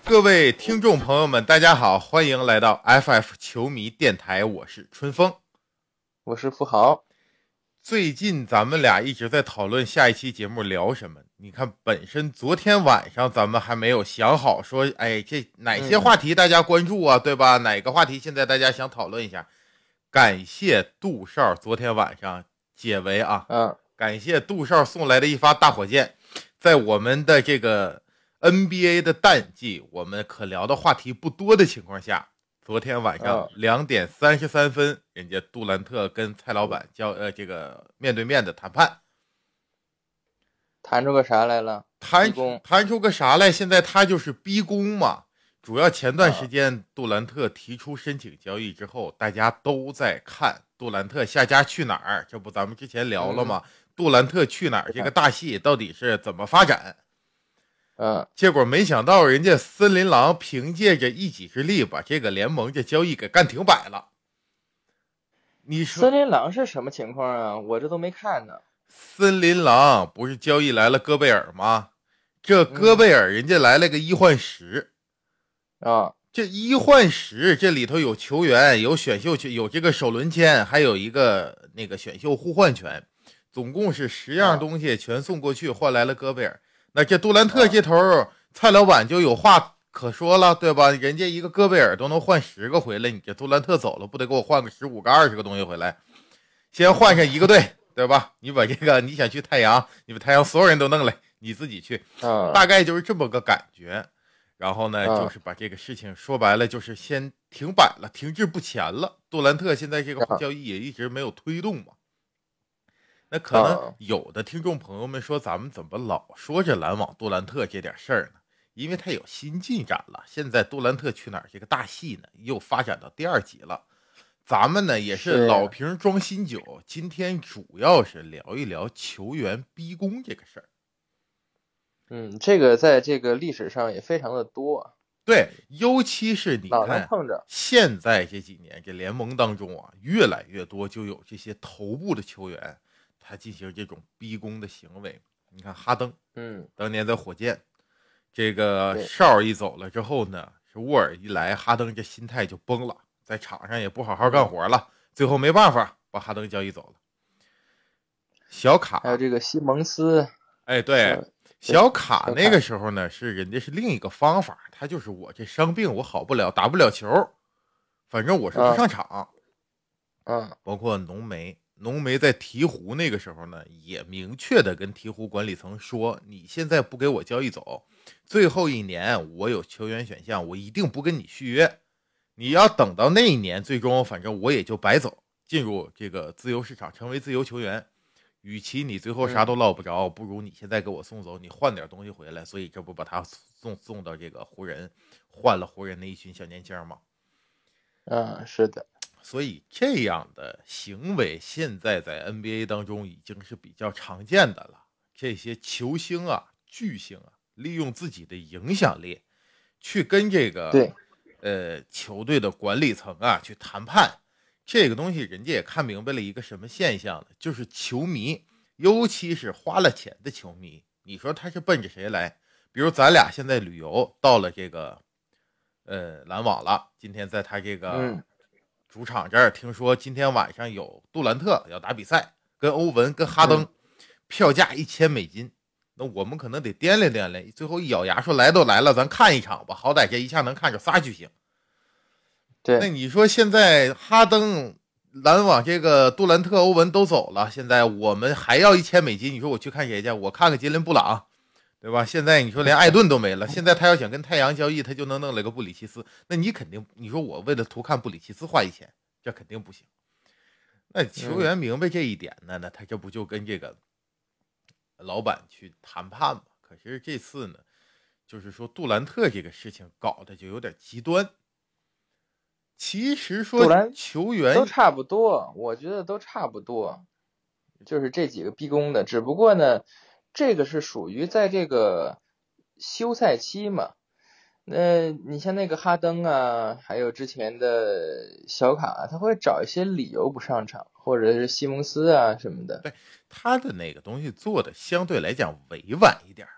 各位听众朋友们，大家好，欢迎来到 FF 球迷电台，我是春风， 我是富豪。 最近咱们俩一直在讨论下一期节目聊什么。你看，本身昨天晚上咱们还没有想好说，这哪些话题大家关注啊，对吧？哪个话题现在大家想讨论一下？感谢杜少昨天晚上解围啊，感谢杜少送来的一发大火箭，在我们的这个 NBA 的淡季，我们可聊的话题不多的情况下，昨天晚上2点33分，人家杜兰特跟蔡老板这个面对面的谈判， 谈出个啥来了？ 谈出个啥来？现在他就是逼宫嘛。主要前段时间杜兰特提出申请交易之后，大家都在看杜兰特下家去哪儿，这不咱们之前聊了吗？杜兰特去哪儿这个大戏到底是怎么发展？结果没想到人家森林狼凭借着一己之力把这个联盟这交易给干停摆了。你说森林狼是什么情况啊？我这都没看呢。 森林狼不是交易来了戈贝尔吗？这戈贝尔人家来了个1换10这1换10这里头有球员，有选秀权，有这个首轮签，还有一个那个选秀互换权，总共是10样东西全送过去，换来了戈贝尔。那这杜兰特这头蔡老板就有话可说了，对吧？人家一个戈贝尔都能换10个回来，你这杜兰特走了，不得给我换个15个20个东西回来？先换上一个队，对吧？你把这个你想去太阳，你把太阳所有人都弄来，你自己去，大概就是这么个感觉。然后呢，就是把这个事情说白了，就是先停摆了，停滞不前了。杜兰特现在这个交易也一直没有推动嘛。那可能有的听众朋友们说，咱们怎么老说着篮网杜兰特这点事儿呢？因为他有新进展了。现在杜兰特去哪儿这个大戏呢，又发展到第2集了。咱们呢也是老瓶装新酒，今天主要是聊一聊球员逼宫这个事儿。 这个在这个历史上也非常的多。 对，尤其是你看碰着现在这几年这联盟当中啊，越来越多就有这些头部的球员，他进行这种逼宫的行为。你看哈登，当年在火箭，这个哨一走了之后呢，是沃尔一来，哈登这心态就崩了，在场上也不好好干活了，最后没办法把哈登交易走了。小卡还有这个西蒙斯， 对。小卡那个时候呢，是人家是另一个方法，他就是我这伤病我好不了，打不了球，反正我是不上场。包括浓眉在鹈鹕那个时候呢，也明确的跟鹈鹕管理层说，你现在不给我交易走，最后1年我有球员选项，我一定不跟你续约，你要等到那一年，最终反正我也就白走，进入这个自由市场，成为自由球员。与其你最后啥都捞不着，不如你现在给我送走，你换点东西回来。所以这不把他送到这个湖人，换了湖人的一群小年轻吗？ 是的。 所以这样的行为现在在 NBA 当中已经是比较常见的了。这些球星啊、巨星啊，利用自己的影响力去跟这个球队的管理层啊去谈判。这个东西人家也看明白了一个什么现象呢？就是球迷，尤其是花了钱的球迷，你说他是奔着谁来？比如咱俩现在旅游到了这个篮网了，今天在他这个主场这儿，听说今天晚上有杜兰特要打比赛，跟欧文跟哈登，票价$1000，那我们可能得掂量掂量，最后一咬牙说来都来了，咱看一场吧，好歹这一下能看着仨巨星。那你说现在哈登、篮网这个杜兰特、欧文都走了，现在我们还要$1000，你说我去看谁去？我看看杰伦布朗，对吧？现在你说连艾顿都没了，现在他要想跟太阳交易，他就能弄来个布里奇斯，那你肯定，你说我为了图看布里奇斯花1000，这肯定不行。那球员明白这一点呢，那他这不就跟这个老板去谈判吗？可是这次呢，就是说杜兰特这个事情搞得就有点极端。其实说球员都差不多，我觉得都差不多，就是这几个逼宫的，只不过呢，这个是属于在这个休赛期嘛。你像那个哈登啊，还有之前的小卡，他会找一些理由不上场，或者是西蒙斯啊什么的。 对，他的那个东西做的相对来讲委婉一点，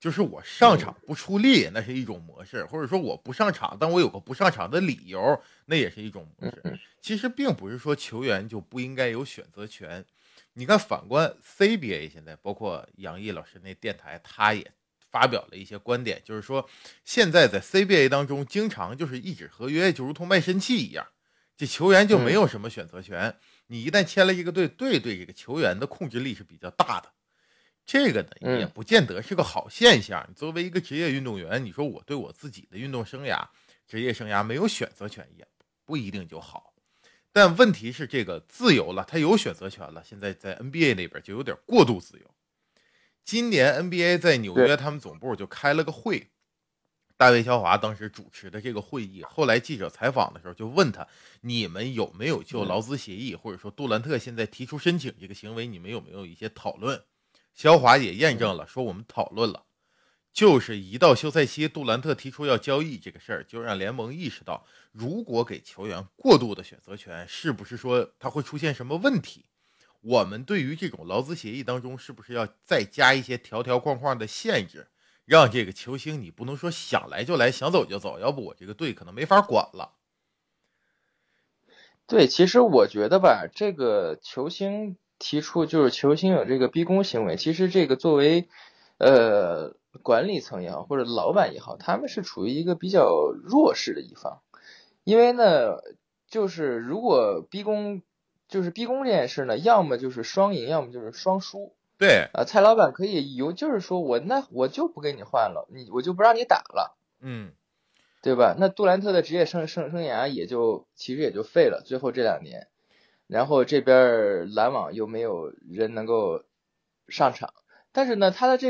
就是我上场不出力，那是一种模式，或者说我不上场，但我有个不上场的理由，那也是一种模式。其实并不是说球员就不应该有选择权。你看，反观 CBA 现在，包括杨毅老师那电台，他也发表了一些观点，就是说现在在 CBA 当中，经常就是一纸合约就如同卖身契一样，这球员就没有什么选择权。你一旦签了一个队，队对这个球员的控制力是比较大的。这个呢，也不见得是个好现象。你作为一个职业运动员，你说我对我自己的运动生涯、职业生涯没有选择权，也不一定就好。但问题是，这个自由了，他有选择权了。现在在 NBA 那边就有点过度自由。今年 NBA 在纽约他们总部就开了个会，大卫肖华当时主持的这个会议。后来记者采访的时候就问他：你们有没有就劳资协议，或者说杜兰特现在提出申请这个行为，你们有没有一些讨论？肖华也验证了，说我们讨论了，就是一到休赛期，杜兰特提出要交易这个事儿，就让联盟意识到，如果给球员过度的选择权，是不是说他会出现什么问题？我们对于这种劳资协议当中，是不是要再加一些条条框框的限制，让这个球星你不能说想来就来，想走就走，要不我这个队可能没法管了。 对，其实我觉得吧，这个球星提出就是球星有这个逼宫行为，其实这个作为管理层也好，或者老板也好，他们是处于一个比较弱势的一方，因为呢，就是如果逼宫，就是逼宫这件事呢，要么就是双赢，要么就是双输。 对， 蔡老板可以就是说我就不给你换了，我就不让你打了。 嗯， 对吧？那杜兰特的职业生涯其实也就废了，最后这2年，然后这边篮网又没有人能够上场，但是呢，他的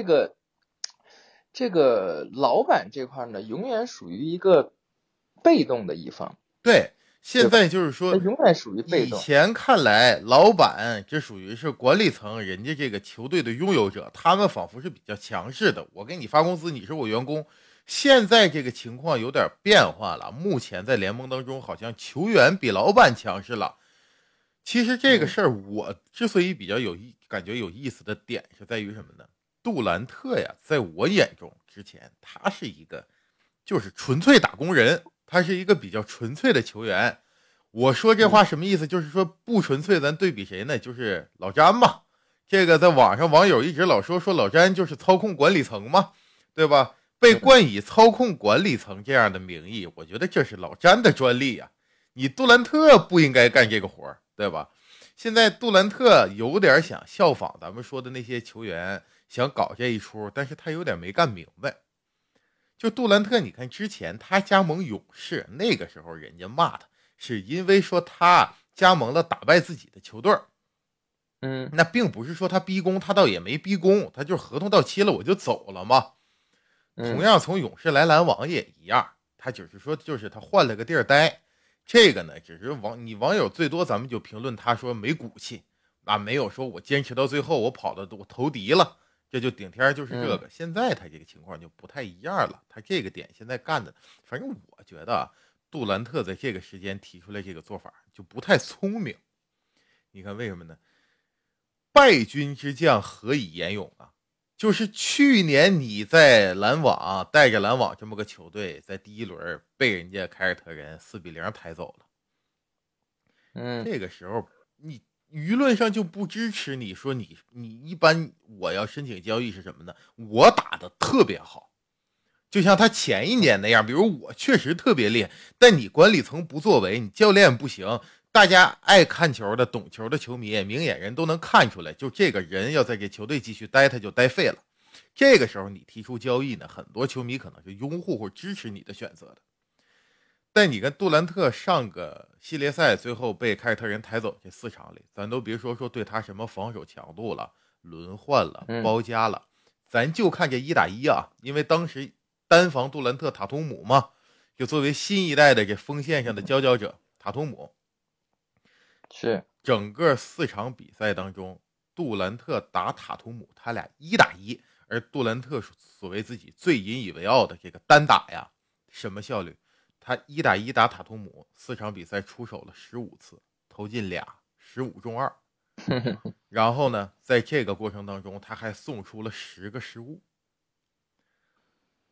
这个老板这块呢，永远属于一个被动的一方， 对，现在就是他说， 永远属于被动。 以前看来，老板这属于是管理层，人家这个球队的拥有者，他们仿佛是比较强势的。我给你发工资，你是我员工。现在这个情况有点变化了，目前在联盟当中，好像球员比老板强势了。其实这个事儿，我之所以比较感觉有意思的点是在于什么呢？杜兰特呀，在我眼中，之前他是一个就是纯粹打工人，他是一个比较纯粹的球员。我说这话什么意思？就是说不纯粹，咱对比谁呢？就是老詹嘛。这个在网上网友一直老说老詹就是操控管理层嘛，对吧？被冠以操控管理层这样的名义，我觉得这是老詹的专利啊。你杜兰特不应该干这个活儿，对吧？现在杜兰特有点想效仿咱们说的那些球员，想搞这一出，但是他有点没干明白。就杜兰特，你看之前他加盟勇士，那个时候人家骂他，是因为说他加盟了打败自己的球队。那并不是说他逼宫，他倒也没逼宫，他就是合同到期了我就走了嘛。同样从勇士来篮网也一样，他只是说就是他换了个地儿待。这个呢，只是网友最多咱们就评论他说没骨气啊，没有说我坚持到最后，我投敌了，这就顶天就是这个。现在他这个情况就不太一样了，他这个点现在干的，反正我觉得杜兰特在这个时间提出来这个做法就不太聪明。你看为什么呢？败军之将何以言勇啊？就是去年你在篮网带着篮网这么个球队，在第一轮被人家凯尔特人4-0抬走了。这个时候你舆论上就不支持你说你一般我要申请交易是什么呢？我打的特别好，就像他前一年那样，比如我确实特别厉害，但你管理层不作为，你教练不行，大家爱看球的懂球的球迷明眼人都能看出来，就这个人要在这球队继续待他就待废了。这个时候你提出交易呢，很多球迷可能是拥护或支持你的选择的。但你跟杜兰特上个系列赛最后被凯尔特人抬走这4场里，咱都别说对他什么防守强度了、轮换了、包夹了，咱就看这1打1啊，因为当时单防杜兰特塔图姆嘛，就作为新一代的这锋线上的佼佼者，塔图姆是整个4场比赛当中，杜兰特打塔图姆，他俩1打1，而杜兰特所谓自己最引以为傲的这个单打呀，什么效率？他1打1打塔图姆，4场比赛出手了15次，投进2，15中2。然后呢，在这个过程当中，他还送出了10个失误。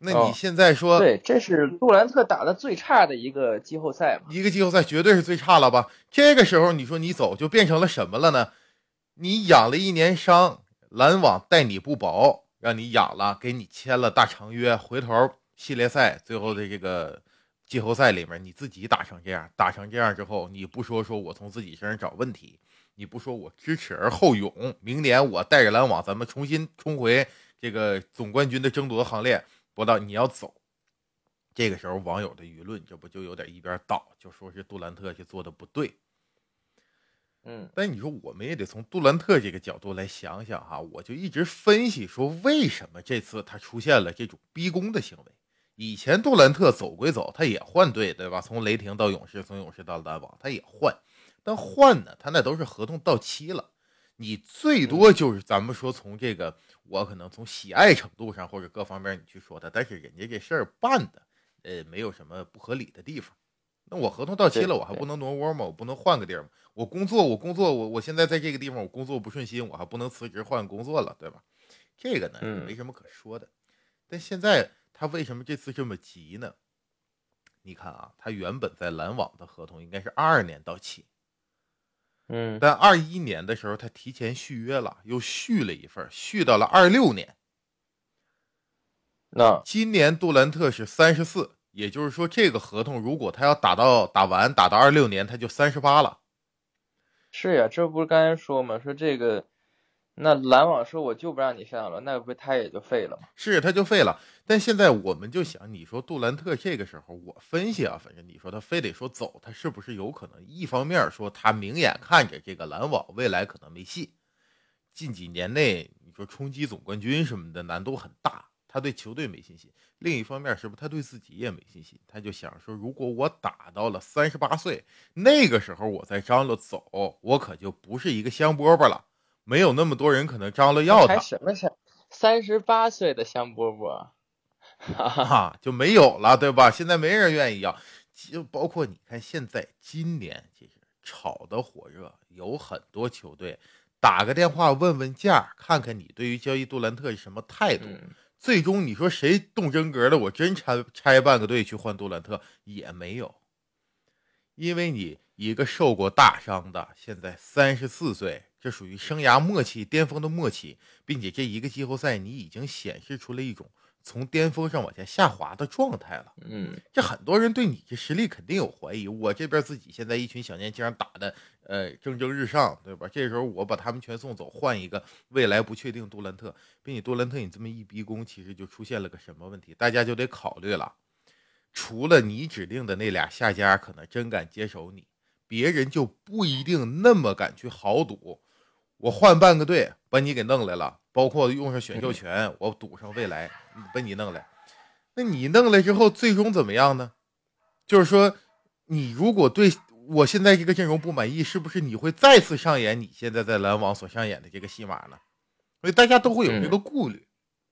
那你现在说， 对，这是杜兰特打的最差的一个季后赛嘛？ 一个季后赛绝对是最差了吧？这个时候你说你走就变成了什么了呢？你养了一年伤，篮网待你不薄，让你养了，给你签了大长约，回头系列赛最后的这个季后赛里面，你自己打成这样，打成这样之后，你不说我从自己身上找问题，你不说我知耻而后勇，明年我带着篮网咱们重新冲回这个总冠军的争夺行列，不到你要走。这个时候网友的舆论这不就有点一边倒，就说是杜兰特是做的不对。但你说我们也得从杜兰特这个角度来想想哈，我就一直分析说为什么这次他出现了这种逼宫的行为。以前杜兰特走归走，他也换队，对吧？从雷霆到勇士，从勇士到篮网，他也换，但换呢，他那都是合同到期了。你最多就是咱们说从这个，我可能从喜爱程度上或者各方面你去说他，但是人家这事儿办的，没有什么不合理的地方。那我合同到期了，我还不能挪窝吗？我不能换个地儿吗？我工作，我现在在这个地方，我工作不顺心，我还不能辞职换工作了，对吧？这个呢也没什么可说的。但现在他为什么这次这么急呢？你看啊，他原本在篮网的合同应该是22年到期，但21年的时候他提前续约了，又续了一份，续到了26年。今年杜兰特是34，也就是说这个合同如果他要打到26年，他就38了。 是呀，这不是刚才说吗？说这个，那篮网说我就不让你上了，那不他也就废了吗？ 是，他就废了。但现在我们就想，你说杜兰特这个时候，我分析啊，反正你说他非得说走，他是不是有可能？一方面说他明眼看着这个篮网未来可能没戏，近几年内你说冲击总冠军什么的难度很大，他对球队没信心。另一方面是不是他对自己也没信心？他就想说，如果我打到了38岁，那个时候我再张罗走，我可就不是一个香饽饽了，没有那么多人可能张罗要他。 什么38岁的香饽饽？ 就没有了，对吧？现在没人愿意要，就包括你看现在今年其实炒得火热，有很多球队打个电话问问价，看看你对于交易杜兰特是什么态度。最终你说谁动真格的，我真拆半个队去换杜兰特也没有，因为你一个受过大伤的，现在34岁，这属于生涯末期巅峰的末期，并且这一个季后赛你已经显示出了一种从巅峰上往下下滑的状态了。这很多人对你这实力肯定有怀疑。我这边自己现在一群小年轻打的蒸蒸日上，对吧？这时候我把他们全送走，换一个未来不确定杜兰特，并且杜兰特你这么一逼宫，其实就出现了个什么问题？大家就得考虑了。除了你指定的那俩下家可能真敢接手你，别人就不一定那么敢去豪赌。我换半个队把你给弄来了，包括用上选秀权，我赌上未来把你弄来。那你弄来之后最终怎么样呢？就是说你如果对我现在这个阵容不满意，是不是你会再次上演你现在在篮网所上演的这个戏码呢？所以大家都会有这个顾虑。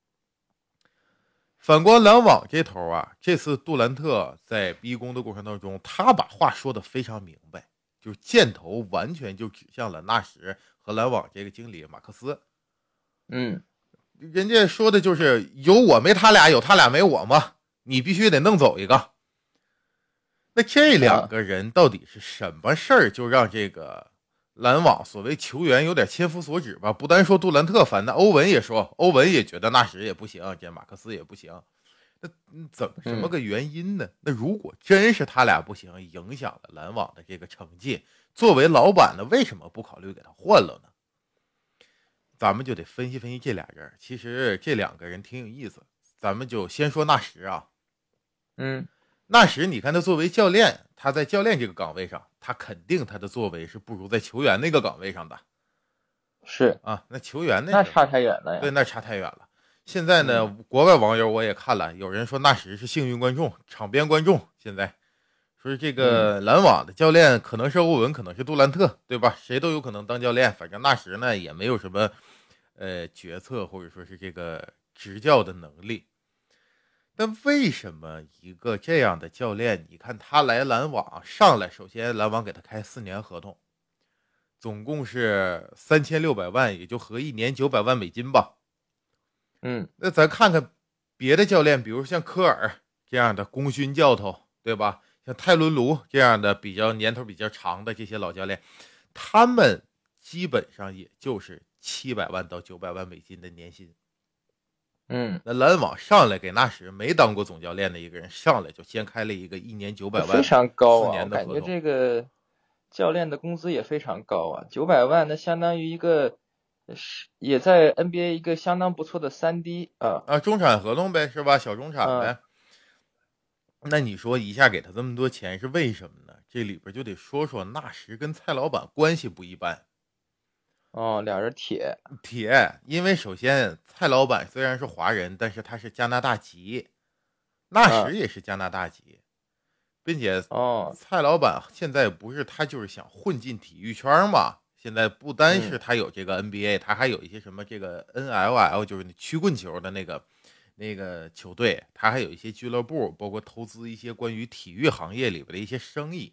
反观篮网这头啊，这次杜兰特在逼宫的过程当中，他把话说得非常明白，就是箭头完全就指向了纳什和篮网这个经理马克思。人家说的就是有我没他俩，有他俩没我嘛，你必须得弄走一个。那这两个人到底是什么事儿，就让这个篮网所谓球员有点千夫所指吧？不单说杜兰特烦，那欧文也说，欧文也觉得纳什也不行，这马克思也不行。那什么个原因呢？那如果真是他俩不行，影响了篮网的这个成绩，作为老板呢，为什么不考虑给他换了呢？咱们就得分析分析这俩人。其实这两个人挺有意思，咱们就先说纳什啊。纳什，你看他作为教练，他在教练这个岗位上，他肯定他的作为是不如在球员那个岗位上的。 是啊，那球员那差太远了呀。 对，那差太远了。现在呢，国外网友我也看了，有人说纳什是幸运观众、场边观众。现在说这个篮网的教练可能是欧文，可能是杜兰特，对吧？谁都有可能当教练。反正纳什呢也没有什么决策或者说是这个执教的能力。但为什么一个这样的教练，你看他来篮网上来，首先篮网给他开4年合同，总共是3600万，也就合1年900万美金吧。那咱看看别的教练，比如像科尔这样的功勋教头，对吧？像泰伦卢这样的比较年头比较长的这些老教练，他们基本上也就是700万到900万美金的年薪。那篮网上来给纳什没当过总教练的一个人上来就先开了一个1年900万非常高 4 啊！我感觉年的合同。 这个教练的工资也非常高啊，900万，那相当于一个也在 NBA 一个相当不错的3D 啊。 中产合同呗，是吧？小中产呗。 嗯那你说一下给他这么多钱是为什么呢？这里边就得说说纳什跟蔡老板关系不一般。 俩人铁。 因为首先蔡老板虽然是华人，但是他是加拿大籍，纳什也是加拿大籍，并且蔡老板现在不是他就是想混进体育圈嘛。现在不单是他有这个 NBA，他还有一些什么这个 NLL， 就是曲棍球的那个球队，他还有一些俱乐部，包括投资一些关于体育行业里边的一些生意。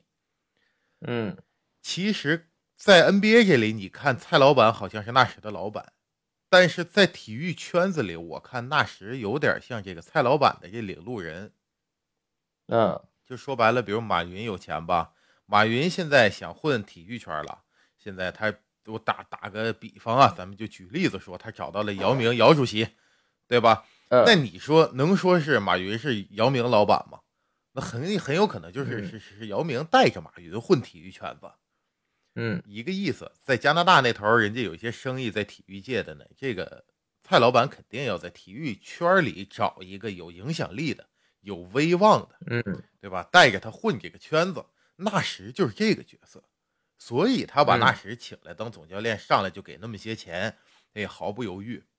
其实，在 NBA 这里，你看蔡老板好像是纳什的老板，但是在体育圈子里，我看纳什有点像这个蔡老板的这领路人。就说白了，比如马云有钱吧，马云现在想混体育圈了，现在我打个比方啊，咱们就举例子说，他找到了姚明姚主席，对吧？那你说能说是马云是姚明老板吗？那很有可能就是姚明带着马云混体育圈子。一个意思。在加拿大那头，人家有一些生意在体育界的呢，这个蔡老板肯定要在体育圈里找一个有影响力的、有威望的，对吧？带着他混这个圈子。纳什就是这个角色，所以他把纳什请来当总教练，上来就给那么些钱，毫不犹豫。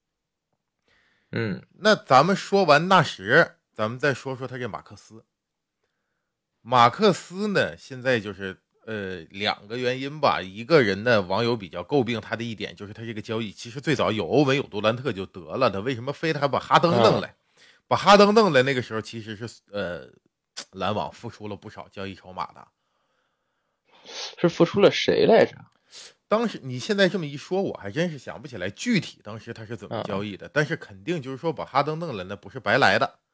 那咱们说完纳什，咱们再说说他这马克思。马克思呢，现在就是两个原因吧。一个人呢，网友比较诟病他的一点就是他这个交易其实最早有欧文有杜兰特就得了，他为什么非他把哈登弄来？把哈登弄来那个时候其实是篮网付出了不少交易筹码的。 是付出了谁来着？ 当时你现在这么一说，我还真是想不起来具体当时他是怎么交易的，但是肯定就是说把哈登弄来那不是白来的。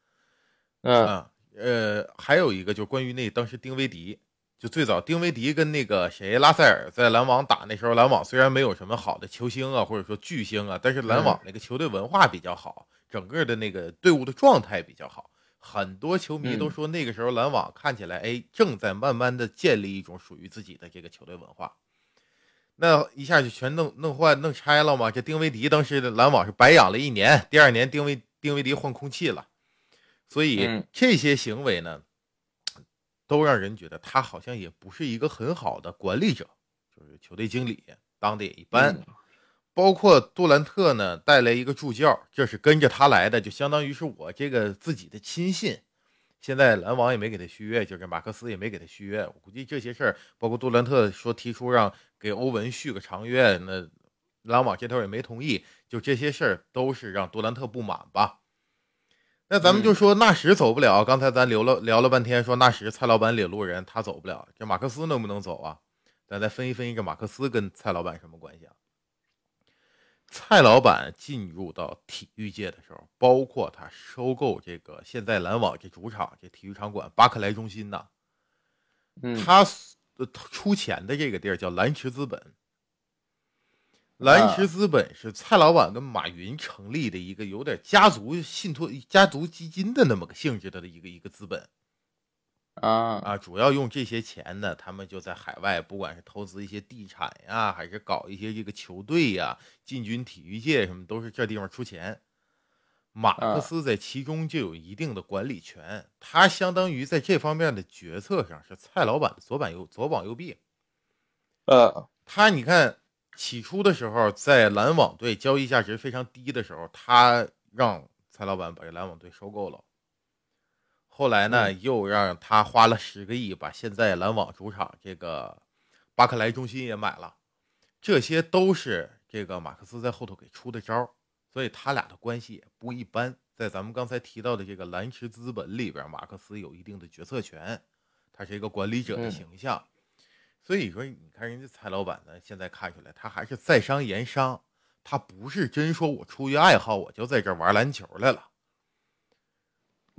还有一个就是关于那当时丁威迪，就最早丁威迪跟那个谁拉塞尔在篮网打，那时候篮网虽然没有什么好的球星啊，或者说巨星啊，但是篮网那个球队文化比较好，整个的那个队伍的状态比较好，很多球迷都说那个时候篮网看起来正在慢慢的建立一种属于自己的这个球队文化。那一下就全弄拆了嘛。这丁威迪当时的篮网是白养了1年，第2年丁威迪换空气了。所以这些行为呢，都让人觉得他好像也不是一个很好的管理者，就是球队经理当的也一般。包括杜兰特呢带来一个助教，这是跟着他来的，就相当于是我这个自己的亲信。现在篮网也没给他续约，就是马克思也没给他续约。我估计这些事儿，包括杜兰特说提出让给欧文续个长约，那篮网这头也没同意，就这些事儿都是让杜兰特不满吧。那咱们就说纳什走不了，刚才咱聊了半天，说纳什蔡老板领路人，他走不了，这马克思能不能走啊？咱再分析分析这马克思跟蔡老板什么关系啊？蔡老板进入到体育界的时候，包括他收购这个现在篮网这主场这体育场馆巴克莱中心呢，他出钱的这个地儿叫蓝池资本。蓝池资本是蔡老板跟马云成立的一个有点家族信托、家族基金的那么个性质的一个资本主要用这些钱呢，他们就在海外，不管是投资一些地产呀，还是搞一些这个球队呀，进军体育界什么，都是这地方出钱。马克思在其中就有一定的管理权，他相当于在这方面的决策上是蔡老板的左膀右臂。他你看。起初的时候，在篮网队交易价值非常低的时候，他让蔡老板把这篮网队收购了。后来呢，又让他花了10个亿把现在篮网主场这个巴克莱中心也买了。这些都是这个马克思在后头给出的招，所以他俩的关系也不一般。在咱们刚才提到的这个蓝池资本里边，马克思有一定的决策权，他是一个管理者的形象。所以说，你看人家蔡老板呢，现在看出来他还是在商言商，他不是真说我出于爱好我就在这玩篮球来了。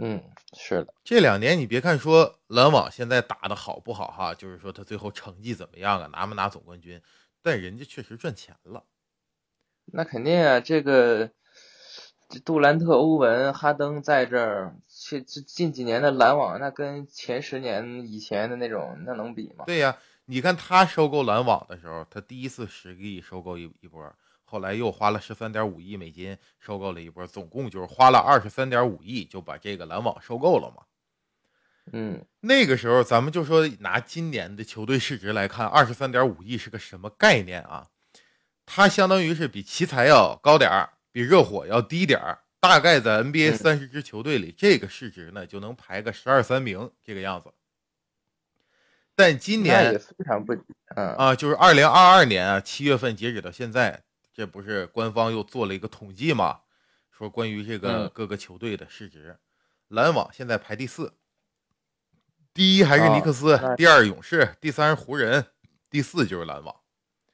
是的。 这2年你别看说篮网现在打的好不好哈，就是说他最后成绩怎么样啊，拿不拿总冠军，但人家确实赚钱了。 那肯定啊，这杜兰特、欧文、哈登在这儿，这近几年的篮网，那跟前10年以前的那种，那能比吗？ 对呀，你看他收购篮网的时候，他第一次10个亿收购一波，后来又花了13.5亿美金收购了一波，总共就是花了23.5亿就把这个篮网收购了嘛。那个时候咱们就说拿今年的球队市值来看，23.5亿是个什么概念啊？它相当于是比奇才要高点儿，比热火要低点儿，大概在 NBA 30支球队里，这个市值呢就能排个12、13名这个样子。但今年那也非常不就是2022年啊7月份截止到现在，这不是官方又做了一个统计嘛？说关于这个各个球队的市值，篮网现在排第4，第1还是尼克斯，第2勇士，第3是湖人，第4就是篮网。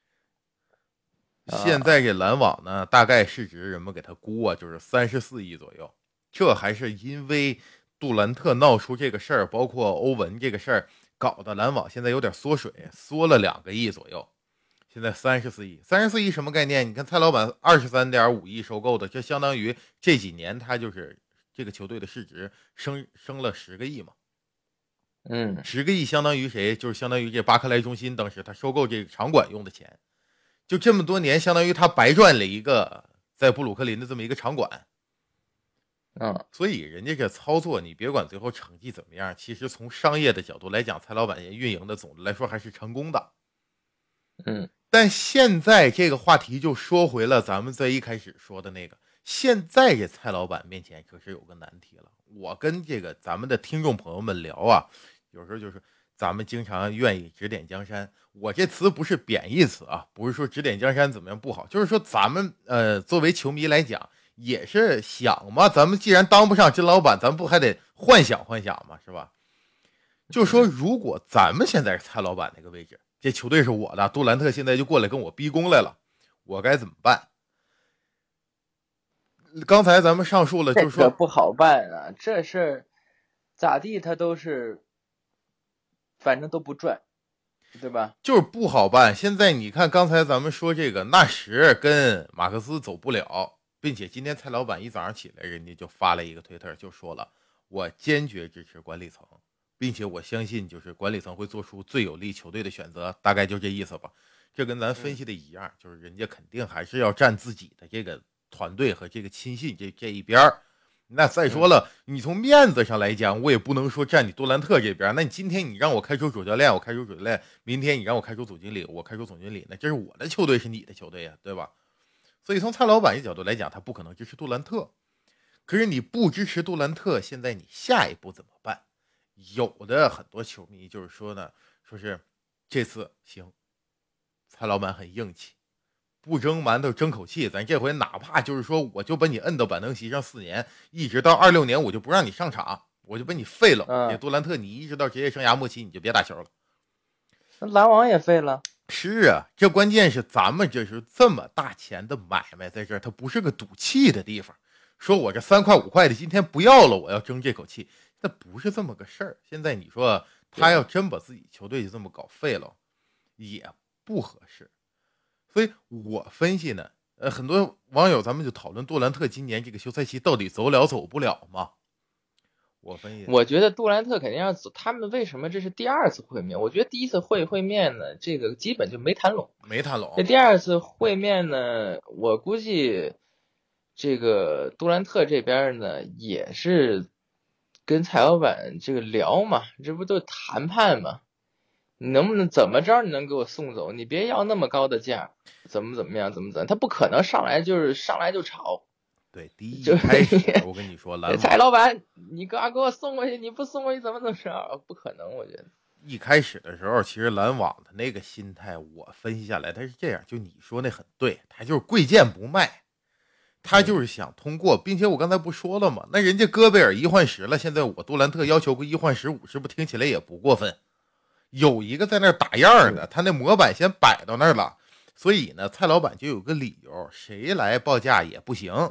现在这篮网呢，大概市值人们给他估啊，就是34亿左右。这还是因为杜兰特闹出这个事儿，包括欧文这个事儿，搞得篮网现在有点缩水，缩了2个亿左右。现在34亿，34亿什么概念？你看蔡老板23.5亿收购的，这相当于这几年他就是这个球队的市值升了10个亿嘛。10个亿相当于谁？就是相当于这巴克莱中心当时他收购这个场馆用的钱。就这么多年，相当于他白赚了一个在布鲁克林的这么一个场馆。所以人家这操作，你别管最后成绩怎么样，其实从商业的角度来讲，蔡老板运营的总的来说还是成功的。但现在这个话题就说回了咱们在一开始说的那个，现在这蔡老板面前可是有个难题了。我跟这个咱们的听众朋友们聊啊，有时候就是咱们经常愿意指点江山，我这词不是贬义词啊，不是说指点江山怎么样不好，就是说咱们作为球迷来讲，也是想嘛，咱们既然当不上真老板，咱不还得幻想幻想嘛，是吧？就说如果咱们现在是蔡老板那个位置，这球队是我的，杜兰特现在就过来跟我逼宫来了，我该怎么办？刚才咱们上述了，就是说这不好办啊，这事儿咋地他都是，反正都不赚，对吧？ 就是不好办。现在你看，刚才咱们说这个纳什跟马克思走不了，并且今天蔡老板一早上起来，人家就发了一个推特，就说了我坚决支持管理层，并且我相信就是管理层会做出最有利球队的选择，大概就这意思吧。这跟咱分析的一样，就是人家肯定还是要站自己的这个团队和这个亲信这一边。那再说了，你从面子上来讲，我也不能说站你杜兰特这边。那你今天你让我开除主教练，我开除主教练；明天你让我开除总经理，我开除总经理。那这是我的球队，是你的球队呀，对吧？所以从蔡老板的角度来讲，他不可能支持杜兰特。可是你不支持杜兰特，现在你下一步怎么办？有的很多球迷就是说呢，说是这次行，蔡老板很硬气。不争馒头争口气，咱这回哪怕就是说，我就把你摁到板凳席上4年，一直到26年，我就不让你上场，我就把你废了。杜兰特，你一直到职业生涯末期，你就别打球了。 那篮网也废了。 是啊，这关键是咱们这是这么大钱的买卖，在这儿它不是个赌气的地方。说我这3块5块的今天不要了，我要争这口气，那不是这么个事儿。现在你说他要真把自己球队就这么搞废了，也不合适。所以我分析呢，很多网友咱们就讨论杜兰特今年这个休赛期到底走了走不了嘛？我分析， 我觉得杜兰特肯定要走。他们为什么这是第2次会面？我觉得第一次会面呢，这个基本就没谈拢。这第2次会面呢，我估计这个杜兰特这边呢也是跟蔡老板这个聊嘛，这不都谈判嘛？你能不能怎么着？你能给我送走？你别要那么高的价，怎么样？他不可能上来就吵。 对，第一开始我跟你说， 蔡老板，你给我送过去，你不送过去怎么着？不可能，我觉得。 一开始的时候，其实篮网的那个心态，我分析下来，他是这样，就你说那很对，他就是贵贱不卖，他就是想通过，并且我刚才不说了吗？那人家戈贝尔1换10了，现在我杜兰特要求个1换15，是不是听起来也不过分？有一个在那打样的，他那模板先摆到那儿了，所以呢，蔡老板就有个理由，谁来报价也不行。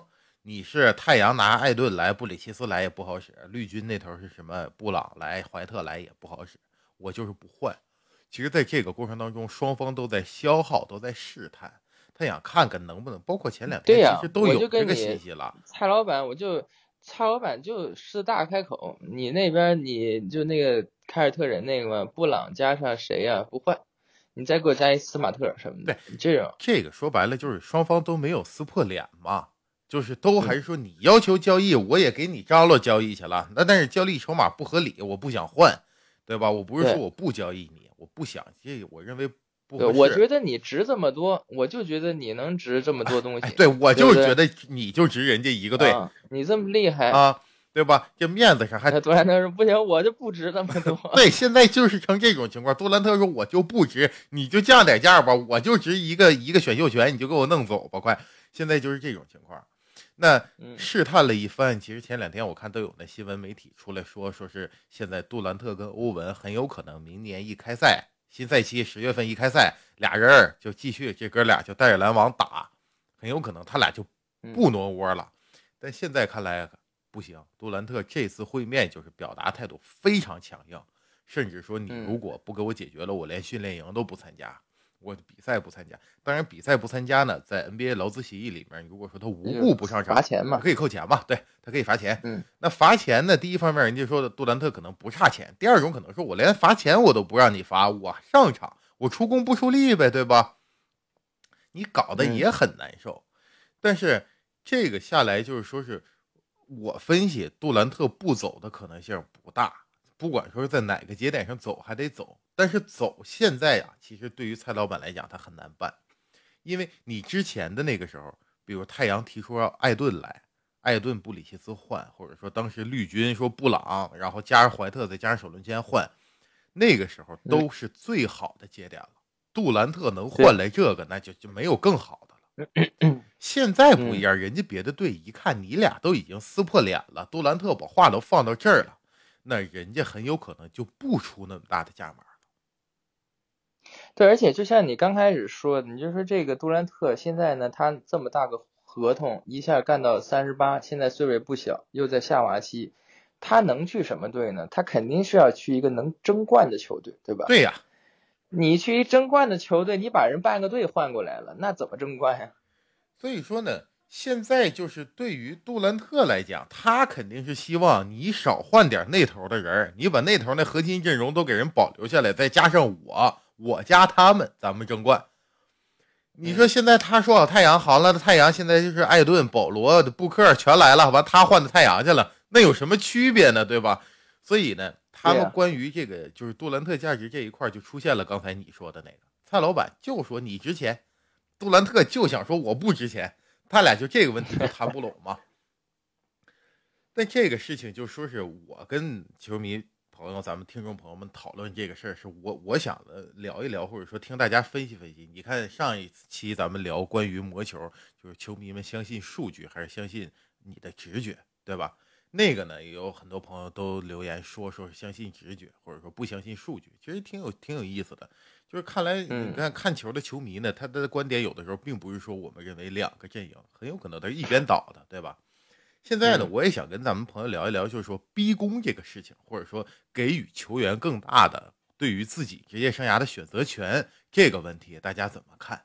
你是太阳拿艾顿来，布里奇斯来也不好使，绿军那头是什么布朗来、怀特来也不好使，我就是不换。其实，在这个过程当中，双方都在消耗，都在试探，他想看看能不能，包括前2天其对呀， 实都有我就这个信跟你息了。 蔡老板就狮子大开口，你那边你就那个凯尔特人那个嘛，布朗加上谁呀、不换，你再给我加一斯马特什么对， 的，这种， 这个说白了就是双方都没有撕破脸嘛，就是都还是说你要求交易，我也给你张罗交易去了，但是交易筹码不合理，我不想换，对吧？我不是说对。 我不交易你，我不想，这我认为不对， 合适。 我觉得你值这么多，我就觉得你能值这么多东哎， 西， 对，我对不对？ 就觉得你就值人家一个队啊，你这么厉害， 啊，对吧？这面子上还杜兰特说不行，我就不值这么多。 对，现在就是成这种情况。杜兰特说我就不值，你就降点价吧，我就值一个选秀权，你就给我弄走吧，快！现在就是这种情况。那试探了一番，其实前2天我看都有那新闻媒体出来说是现在杜兰特跟欧文很有可能明年一开赛，新赛期10月份一开赛，俩人就继续这哥俩就带着篮网打，很有可能他俩就不挪窝了。但现在看来不行，杜兰特这次会面就是表达态度非常强硬，甚至说你如果不给我解决了，我连训练营都不参加，我的比赛不参加。当然，比赛不参加呢，在 NBA 劳资协议里面，如果说他无故不上场， 罚钱嘛， 可以扣钱嘛？对，他可以罚钱。 嗯， 那罚钱呢？第一方面，人家说的杜兰特可能不差钱；第二种可能说，我连罚钱我都不让你罚，我上场，我出工不出力呗，对吧？你搞得也很难受。但是这个下来就是说是我分析杜兰特不走的可能性不大，不管说是在哪个节点上走还得走，但是走现在呀，其实对于蔡老板来讲他很难办，因为你之前的那个时候，比如太阳提出让艾顿来，艾顿布里奇斯换，或者说当时绿军说布朗，然后加上怀特再加上首轮签换，那个时候都是最好的节点了。杜兰特能换来这个，那就没有更好的了。现在不一样，人家别的队一看你俩都已经撕破脸了，杜兰特把话都放到这儿了，那人家很有可能就不出那么大的价码了。 对，而且就像你刚开始说的，你就说这个杜兰特现在呢，他这么大个合同一下干到38，现在岁数也不小，又在下滑期，他能去什么队呢？他肯定是要去一个能争冠的球队，对吧？ 对呀， 你去一争冠的球队，你把人半个队换过来了，那怎么争冠呀？ 所以说呢，现在就是对于杜兰特来讲，他肯定是希望你少换点那头的人，你把那头那核心阵容都给人保留下来，再加上我加他们，咱们争冠。你说现在他说好太阳好了，太阳现在就是艾顿、保罗、布克全来了，完他换到太阳去了，那有什么区别呢？对吧？所以呢，他们关于这个就是杜兰特价值这一块就出现了刚才你说的那个，蔡老板就说你值钱，杜兰特就想说我不值钱，他俩就这个问题就谈不拢嘛。但这个事情就说是我跟球迷朋友、咱们听众朋友们讨论这个事儿，是我想聊一聊，或者说听大家分析分析。你看上一期咱们聊关于魔球，就是球迷们相信数据还是相信你的直觉，对吧？那个呢，也有很多朋友都留言说是相信直觉，或者说不相信数据，其实挺有意思的。就是看来你看球的球迷呢，他的观点有的时候并不是说我们认为两个阵营，很有可能他是一边倒的，对吧？现在呢，我也想跟咱们朋友聊一聊，就是说逼宫这个事情，或者说给予球员更大的对于自己职业生涯的选择权这个问题，大家怎么看？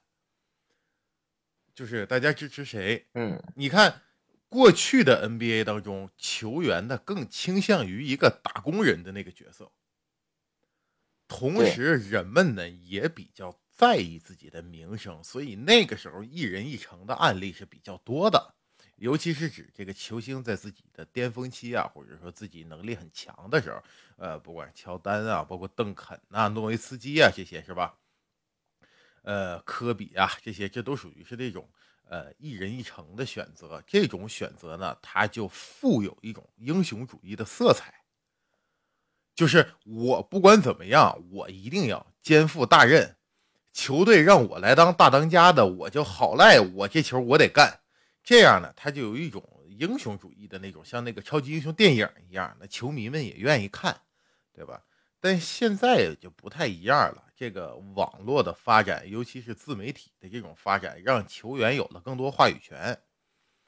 就是大家支持谁？你看过去的 NBA 当中，球员呢更倾向于一个打工人的那个角色，同时人们呢也比较在意自己的名声，所以那个时候一人一城的案例是比较多的。尤其是指这个球星在自己的巅峰期啊，或者说自己能力很强的时候，不管是乔丹啊，包括邓肯啊、诺维斯基啊这些是吧？科比啊这些，这都属于是这种一人一城的选择。这种选择呢，它就富有一种英雄主义的色彩，就是我不管怎么样，我一定要肩负大任。球队让我来当大当家的，我就好赖我这球我得干。这样呢，他就有一种英雄主义的那种，像那个超级英雄电影一样，那球迷们也愿意看，对吧？但现在就不太一样了。这个网络的发展，尤其是自媒体的这种发展，让球员有了更多话语权。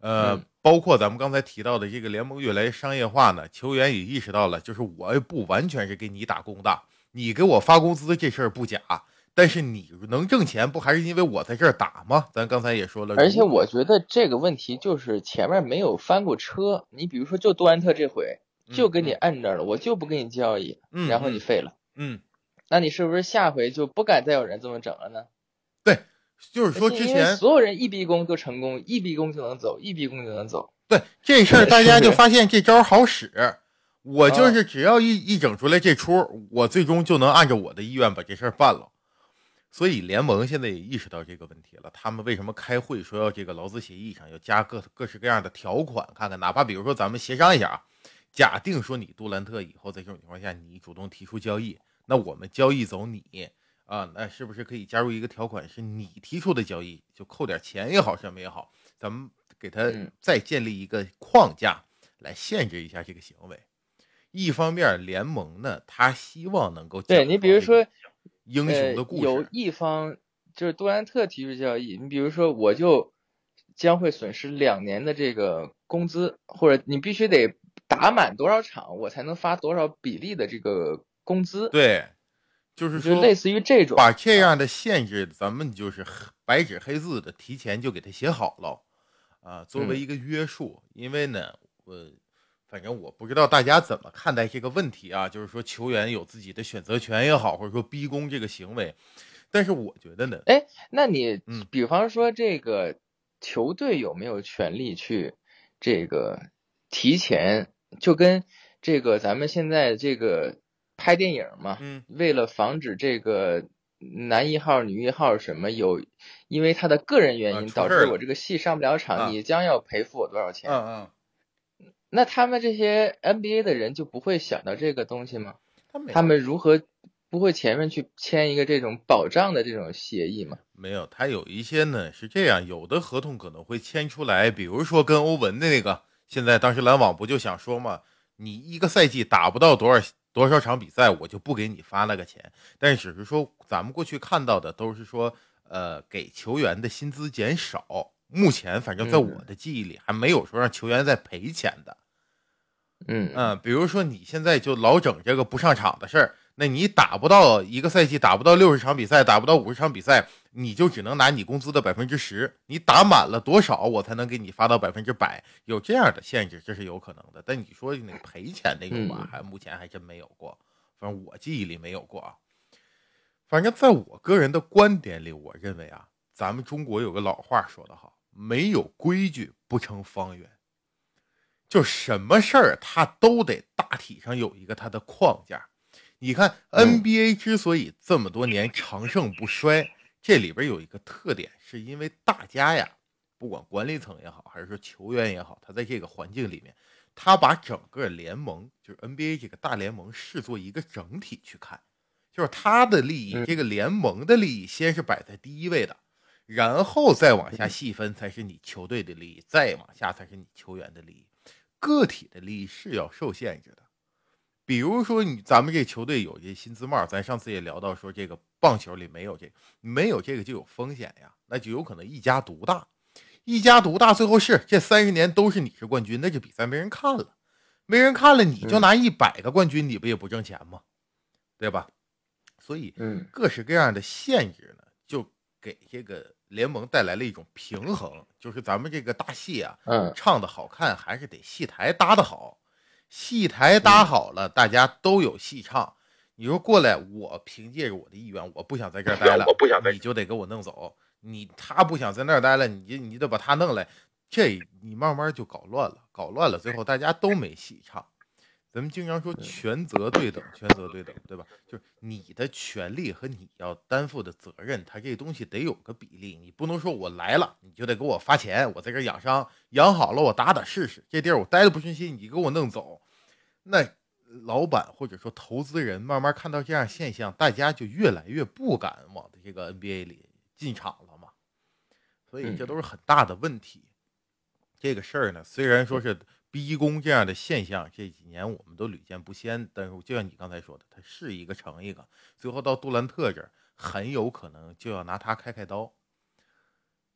包括咱们刚才提到的这个联盟越来越商业化呢，球员也意识到了，就是我不完全是给你打工的，你给我发工资这事儿不假，但是你能挣钱，不还是因为我在这儿打吗？咱刚才也说了， 而且我觉得这个问题就是前面没有翻过车。你比如说，就杜兰特这回就给你摁这儿了，我就不给你交易，然后你废了，那你是不是下回就不敢再有人这么整了呢？ 对，就是说之前因为所有人一逼宫就成功，一逼宫就能走，一逼宫就能走。 对这事儿，大家就发现这招好使。我就是只要一整出来这出，我最终就能按照我的意愿把这事儿办了。所以联盟现在也意识到这个问题了，他们为什么开会说要这个劳资协议上要加各式各样的条款？看看，哪怕比如说咱们协商一下啊，假定说你杜兰特以后在这种情况下你主动提出交易，那我们交易走你啊，那是不是可以加入一个条款，是你提出的交易就扣点钱也好，什么也好，咱们给他再建立一个框架来限制一下这个行为。一方面，联盟呢，他希望能够对你比如说英雄的故事， 有一方就是杜兰特提出交易，你比如说我就将会损失2年的这个工资，或者你必须得打满多少场，我才能发多少比例的这个工资。 对，就是说类似于这种， 把这样的限制，咱们就是白纸黑字的提前就给他写好了啊，作为一个约束。因为呢，反正我不知道大家怎么看待这个问题啊，就是说球员有自己的选择权也好，或者说逼宫这个行为，但是我觉得呢， 那你比方说这个球队有没有权利去这个提前，就跟这个咱们现在这个拍电影嘛，为了防止这个男1号女1号什么因为他的个人原因导致我这个戏上不了场，你将要赔付我多少钱？那他们这些 NBA 的人就不会想到这个东西吗？他们如何不会前面去签一个这种保障的这种协议吗？ 没有，他有一些呢是这样，有的合同可能会签出来，比如说跟欧文的那个，现在当时篮网不就想说嘛，你一个赛季打不到多少场比赛，我就不给你发那个钱。但只是说咱们过去看到的都是说，给球员的薪资减少。目前反正在我的记忆里还没有说让球员再赔钱的。比如说你现在就老整这个不上场的事儿，那你打不到一个赛季打不到60场比赛，打不到50场比赛，你就只能拿你工资的10%，你打满了多少我才能给你发到100%，有这样的限制，这是有可能的。但你说那个赔钱那种吧，目前还真没有过，反正我记忆里没有过啊。反正在我个人的观点里，我认为啊，咱们中国有个老话说得好，没有规矩不成方圆。就什么事儿它都得大体上有一个它的框架。你看 NBA 之所以这么多年长盛不衰，这里边有一个特点，是因为大家呀，不管管理层也好，还是说球员也好，他在这个环境里面，他把整个联盟，就是 NBA 这个大联盟视作一个整体去看，就是他的利益，这个联盟的利益先是摆在第一位的，然后再往下细分才是你球队的利益，再往下才是你球员的利益。个体的利益是要受限制的，比如说咱们这球队有这薪资帽，咱上次也聊到说这个棒球里没有这个，没有这个就有风险呀，那就有可能一家独大，一家独大，最后是这30年都是你是冠军，那这比赛没人看了，没人看了，你就拿100个冠军，你不也不挣钱吗？对吧？所以各式各样的限制呢，就给这个联盟带来了一种平衡，就是咱们这个大戏啊，唱的好看还是得戏台搭的好，戏台搭好了，大家都有戏唱。你说过来，我凭借着我的意愿，我不想在这儿待了，你就得给我弄走。他不想在那儿待了，你得把他弄来，这你慢慢就搞乱了，最后大家都没戏唱。咱们经常说权责对等，权责对等，对吧？就是你的权利和你要担负的责任，它这东西得有个比例。你不能说我来了你就得给我发钱，我在这养伤，养好了我打试试，这地儿我待的不顺心，你给我弄走。那老板或者说投资人慢慢看到这样现象，大家就越来越不敢往这个 NBA 里进场了嘛。所以这都是很大的问题。这个事儿呢，虽然说是逼宫这样的现象这几年我们都屡见不鲜，但是就像你刚才说的，它是一个成一个，最后到杜兰特这儿很有可能就要拿他开刀。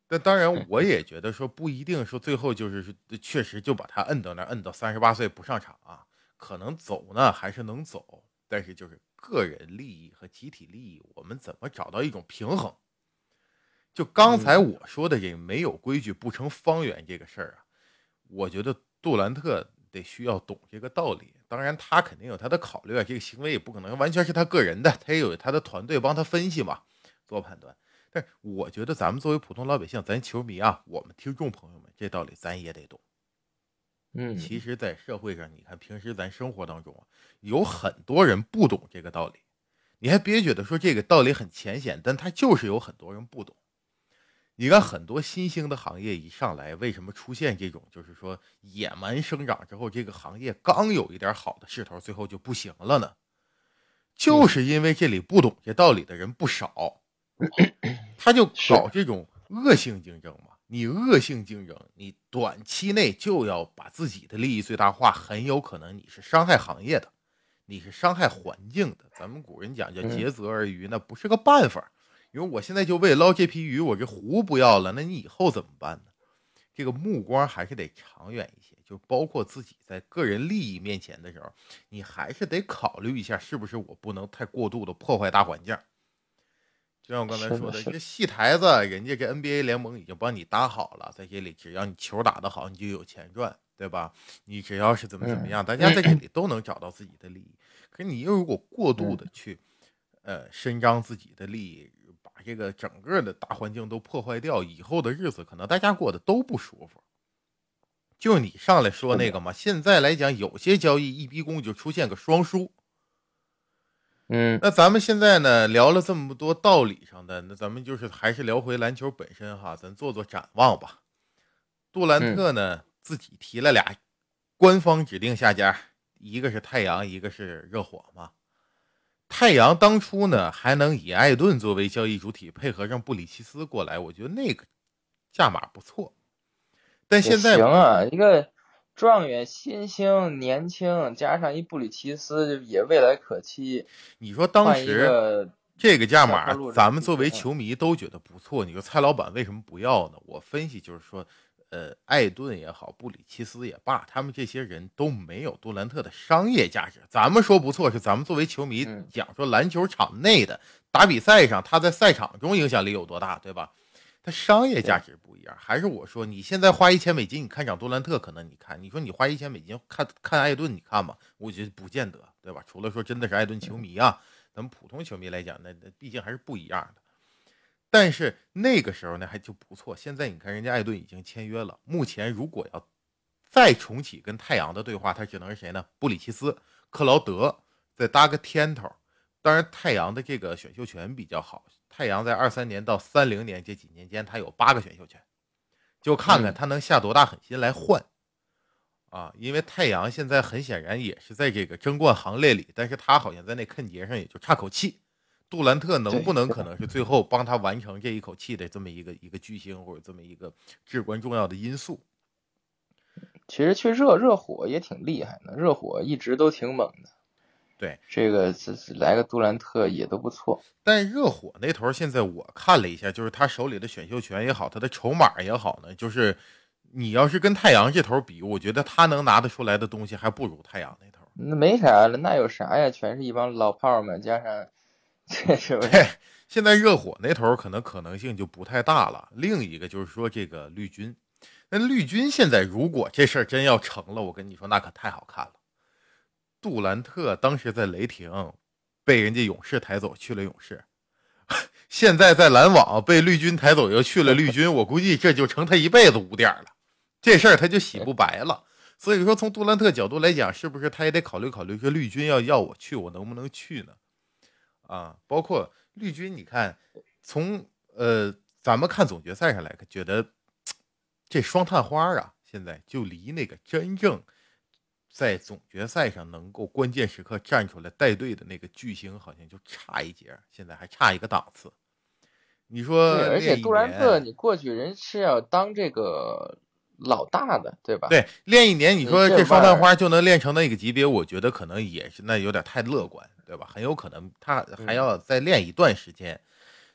但当然，我也觉得说不一定说最后就是确实就把他摁到那儿，摁到38岁不上场啊，可能走呢还是能走，但是就是个人利益和集体利益，我们怎么找到一种平衡？就刚才我说的这个没有规矩不成方圆这个事儿啊，我觉得杜兰特得需要懂这个道理。当然，他肯定有他的考虑啊，这个行为也不可能完全是他个人的，他也有他的团队帮他分析嘛，做判断。但我觉得咱们作为普通老百姓，咱球迷啊，我们听众朋友们，这道理咱也得懂。其实，在社会上，你看平时咱生活当中啊，有很多人不懂这个道理。你还别觉得说这个道理很浅显，但他就是有很多人不懂。你看很多新兴的行业一上来，为什么出现这种就是说野蛮生长之后，这个行业刚有一点好的势头，最后就不行了呢？就是因为这里不懂这道理的人不少，他就搞这种恶性竞争嘛。你恶性竞争，你短期内就要把自己的利益最大化，很有可能你是伤害行业的，你是伤害环境的。咱们古人讲叫竭泽而渔，那不是个办法。因为我现在就为捞这批鱼，我这湖不要了，那你以后怎么办呢？这个目光还是得长远一些，就包括自己在个人利益面前的时候，你还是得考虑一下，是不是我不能太过度的破坏大环境。就像我刚才说的，这戏台子，人家这 NBA 联盟已经帮你搭好了，在这里只要你球打得好，你就有钱赚，对吧？你只要是怎么样，大家在这里都能找到自己的利益。可是你又如果过度的去伸张自己的利益，把这个整个的大环境都破坏掉，以后的日子可能大家过得都不舒服。就你上来说那个嘛，现在来讲，有些交易一逼宫就出现个双输。那咱们现在呢聊了这么多道理上的，那咱们就是还是聊回篮球本身哈，咱做做展望吧。杜兰特呢自己提了俩官方指定下家，一个是太阳，一个是热火嘛。太阳当初呢还能以艾顿作为交易主体，配合上布里奇斯过来，我觉得那个价码不错。但现在行啊，一个状元新星年轻，加上一布里奇斯也未来可期。 你说当时这个价码，咱们作为球迷都觉得不错。你说蔡老板为什么不要呢？我分析就是说，艾顿也好，布里奇斯也罢，他们这些人都没有杜兰特的商业价值。咱们说不错，是咱们作为球迷讲说篮球场内的打比赛上，他在赛场中影响力有多大，对吧？他商业价值不一样。还是我说，你现在花$1000，你看场杜兰特，可能你看，你说你花$1000看艾顿，你看吗？我觉得不见得，对吧？除了说真的是艾顿球迷啊，咱们普通球迷来讲，那毕竟还是不一样的。但是那个时候呢还就不错，现在你看人家艾顿已经签约了，目前如果要再重启跟太阳的对话，他只能是谁呢？布里奇斯、克劳德再搭个天头。当然太阳的这个选秀权比较好，太阳在23年到30年这几年间，他有8个选秀权，就看看他能下多大狠心来换啊！因为太阳现在很显然也是在这个争冠行列里，但是他好像在那坑节上也就差口气。杜兰特能不能可能是最后帮他完成这一口气的这么一个巨星，或者这么一个至关重要的因素？ 其实去热火也挺厉害的，热火一直都挺猛的。 对， 这个来个杜兰特也都不错。 但热火那头现在我看了一下，就是他手里的选秀权也好，他的筹码也好呢，就是你要是跟太阳这头比，我觉得他能拿得出来的东西还不如太阳那头。 那没啥了，那有啥呀？全是一帮老炮们，加上这是不是？ 对，现在热火那头可能性就不太大了。另一个就是说这个绿军，那绿军现在如果这事儿真要成了，我跟你说那可太好看了。杜兰特当时在雷霆被人家勇士抬走，去了勇士，现在在篮网被绿军抬走，又去了绿军，我估计这就成他一辈子污点了，这事儿他就洗不白了。所以说从杜兰特角度来讲，是不是他也得考虑考虑，说绿军要我去，我能不能去呢？啊，包括绿军，你看从咱们看总决赛上来看，觉得这双探花啊，现在就离那个真正在总决赛上能够关键时刻站出来带队的那个巨星，好像就差一截，现在还差一个档次。你说， 而且杜兰特，你过去人是要当这个老大的，对吧？ 对，练一年，你说这双探花就能练成那个级别，我觉得可能也是那有点太乐观，对吧？很有可能他还要再练一段时间。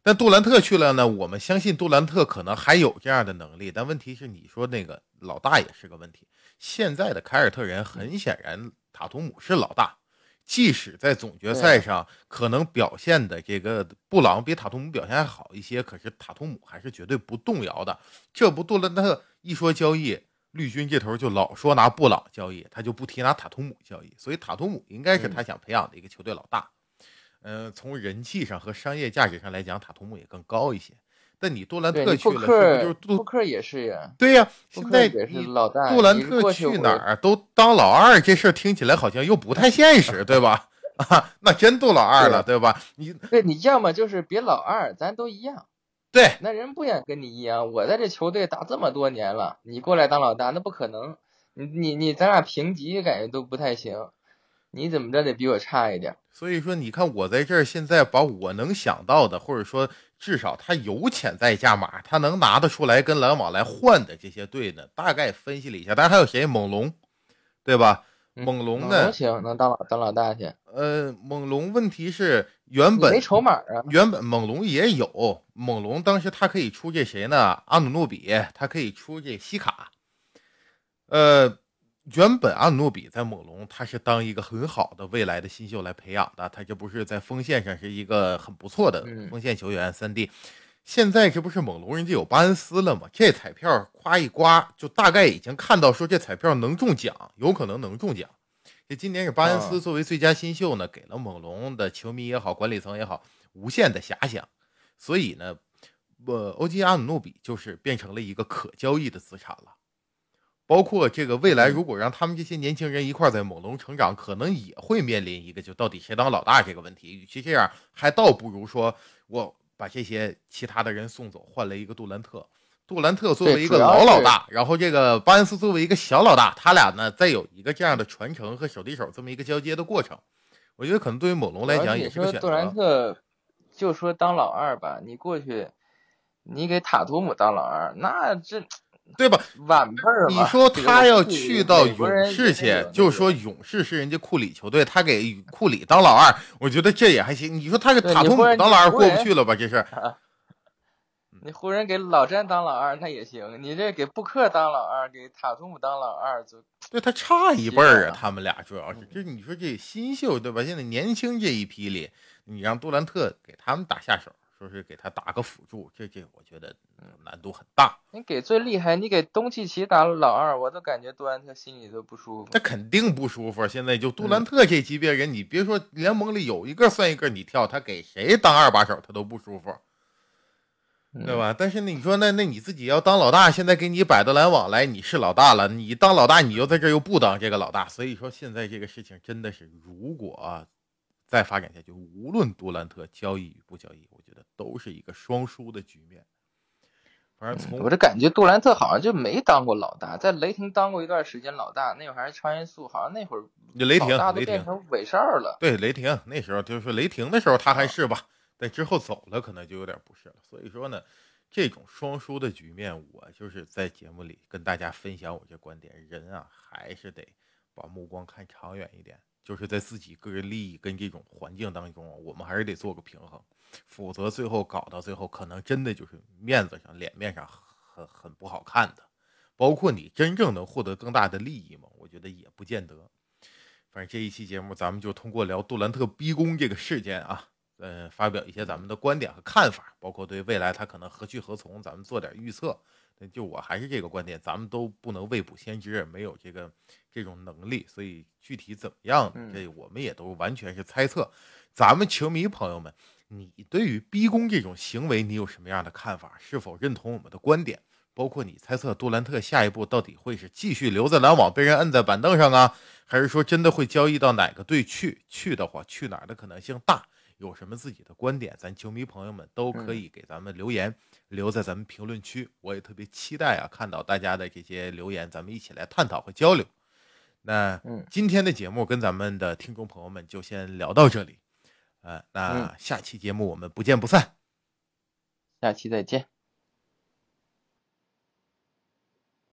但杜兰特去了呢，我们相信杜兰特可能还有这样的能力，但问题是你说那个老大也是个问题。现在的凯尔特人很显然塔图姆是老大，即使在总决赛上可能表现的这个布朗比塔图姆表现还好一些，可是塔图姆还是绝对不动摇的。这不杜兰特一说交易，绿军这头就老说拿布朗交易，他就不提拿塔图姆交易，所以塔图姆应该是他想培养的一个球队老大。从人气上和商业价值上来讲，塔图姆也更高一些。但你杜兰特去了，是不是就是布克也是呀？ 对呀，现在也是老大， 杜兰特去哪儿都当老二，这事儿听起来好像又不太现实，对吧？啊，那真杜老二了，对吧？ 你要么就是别老二，咱都一样。 对， 那人不想跟你一样，我在这球队打这么多年了，你过来当老大，那不可能。你咱俩平级感觉都不太行。你怎么着得比我差一点？ 所以说，你看我在这儿现在把我能想到的，或者说至少他有潜在价码，他能拿得出来跟篮网来换的这些队呢，大概分析了一下。当然还有谁？猛龙，对吧？猛龙呢？ 行，能当老大去。 猛龙问题是原本没筹码啊。 原本猛龙也有，猛龙当时他可以出这谁呢？阿努诺比，他可以出这西卡。原本阿努诺比在猛龙他是当一个很好的未来的新秀来培养的，他这不是在锋线上是一个很不错的锋线球员3D。现在这不是猛龙人家有巴恩斯了吗？这彩票夸一刮，就大概已经看到说这彩票能中奖，有可能能中奖。这今年是巴恩斯作为最佳新秀呢，给了猛龙的球迷也好，管理层也好，无限的遐想。所以呢，欧吉阿努诺比就是变成了一个可交易的资产了。包括这个未来，如果让他们这些年轻人一块在猛龙成长，可能也会面临一个就到底谁当老大这个问题。与其这样，还倒不如说我把这些其他的人送走，换了一个杜兰特。杜兰特作为一个老大，然后这个巴恩斯作为一个小老大，他俩呢再有一个这样的传承和手递手这么一个交接的过程，我觉得可能对于猛龙来讲也是个选择。 杜兰特就说当老二吧，你过去你给塔图姆当老二，那这对吧？ 晚辈儿你说他要去到勇士去，就是说勇士是人家库里球队，他给库里当老二，我觉得这也还行。你说他给塔图姆当老二过不去了吧？这是。 你湖人给老詹当老二那也行，你这给布克当老二，给塔图姆当老二，就对他差一辈儿啊。他们俩主要是，就是你说这新秀对吧？现在年轻这一批里，你让杜兰特给他们打下手。说是给他打个辅助，这我觉得难度很大。 你给最厉害，你给东契奇打了老二，我都感觉杜兰特心里都不舒服。 那肯定不舒服。现在就杜兰特这级别人，你别说联盟里有一个算一个，你跳他给谁当二把手他都不舒服，对吧？但是你说那你自己要当老大，现在给你摆到篮网来，你是老大了，你当老大你又在这又不当这个老大，所以说现在这个事情真的是，如果再发展下去，无论杜兰特交易与不交易，我觉得都是一个双输的局面。反正我这感觉杜兰特好像就没当过老大，在雷霆当过一段时间老大，那会儿还是超音速，好像那会儿雷霆老大都变成韦少了。 对，雷霆那时候就是雷霆的时候他还是吧，但之后走了可能就有点不是了。所以说呢，这种双输的局面，我就是在节目里跟大家分享我这观点，人啊还是得把目光看长远一点。就是在自己个人利益跟这种环境当中，我们还是得做个平衡，否则最后搞到最后，可能真的就是面子上、脸面上很不好看的。包括你真正能获得更大的利益吗？我觉得也不见得。反正这一期节目，咱们就通过聊杜兰特逼宫这个事件啊，发表一些咱们的观点和看法，包括对未来他可能何去何从，咱们做点预测。就我还是这个观点，咱们都不能未卜先知，没有这种能力，所以具体怎么样，这我们也都完全是猜测。咱们球迷朋友们，你对于逼宫这种行为，你有什么样的看法？是否认同我们的观点？包括你猜测杜兰特下一步到底会是继续留在篮网被人摁在板凳上啊，还是说真的会交易到哪个队去？去的话，去哪儿的可能性大？有什么自己的观点，咱球迷朋友们都可以给咱们留言，留在咱们评论区。我也特别期待看到大家的这些留言，咱们一起来探讨和交流。那今天的节目跟咱们的听众朋友们就先聊到这里，那下期节目我们不见不散， 下期再见。